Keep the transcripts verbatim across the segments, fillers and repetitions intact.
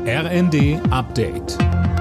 R N D Update.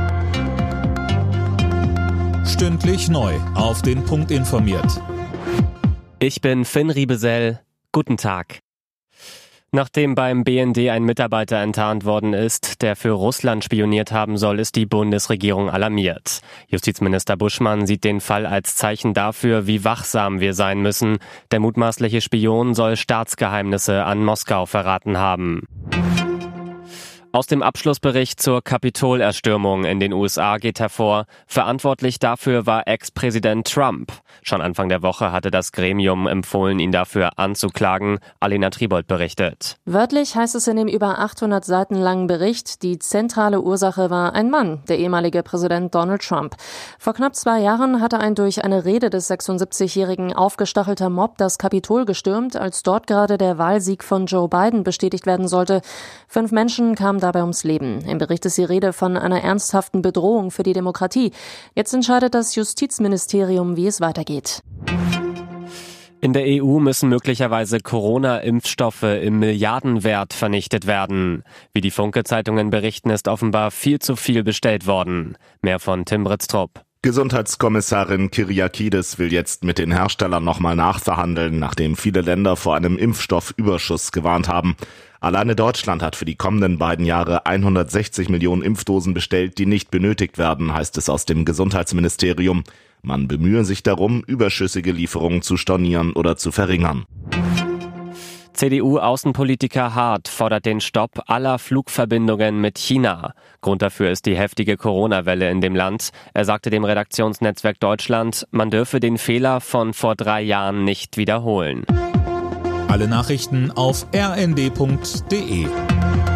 Stündlich neu auf den Punkt informiert. Ich bin Finn Riebesell. Guten Tag. Nachdem beim B N D ein Mitarbeiter enttarnt worden ist, der für Russland spioniert haben soll, ist die Bundesregierung alarmiert. Justizminister Buschmann sieht den Fall als Zeichen dafür, wie wachsam wir sein müssen. Der mutmaßliche Spion soll Staatsgeheimnisse an Moskau verraten haben. Aus dem Abschlussbericht zur Kapitolerstürmung in den U S A geht hervor, verantwortlich dafür war Ex-Präsident Trump. Schon Anfang der Woche hatte das Gremium empfohlen, ihn dafür anzuklagen. Alena Tribold berichtet. Wörtlich heißt es in dem über achthundert Seiten langen Bericht, die zentrale Ursache war ein Mann, der ehemalige Präsident Donald Trump. Vor knapp zwei Jahren hatte ein durch eine Rede des sechsundsiebzigjährigen aufgestachelter Mob das Kapitol gestürmt, als dort gerade der Wahlsieg von Joe Biden bestätigt werden sollte. Fünf Menschen kamen dabei ums Leben. Im Bericht ist die Rede von einer ernsthaften Bedrohung für die Demokratie. Jetzt entscheidet das Justizministerium, wie es weitergeht. In der E U müssen möglicherweise Corona-Impfstoffe im Milliardenwert vernichtet werden. Wie die Funke-Zeitungen berichten, ist offenbar viel zu viel bestellt worden. Mehr von Tim Britztrup. Gesundheitskommissarin Kyriakides will jetzt mit den Herstellern nochmal nachverhandeln, nachdem viele Länder vor einem Impfstoffüberschuss gewarnt haben. Alleine Deutschland hat für die kommenden beiden Jahre hundertsechzig Millionen Impfdosen bestellt, die nicht benötigt werden, heißt es aus dem Gesundheitsministerium. Man bemühe sich darum, überschüssige Lieferungen zu stornieren oder zu verringern. C D U-Außenpolitiker Hart fordert den Stopp aller Flugverbindungen mit China. Grund dafür ist die heftige Corona-Welle in dem Land. Er sagte dem Redaktionsnetzwerk Deutschland, man dürfe den Fehler von vor drei Jahren nicht wiederholen. Alle Nachrichten auf r n d punkt d e.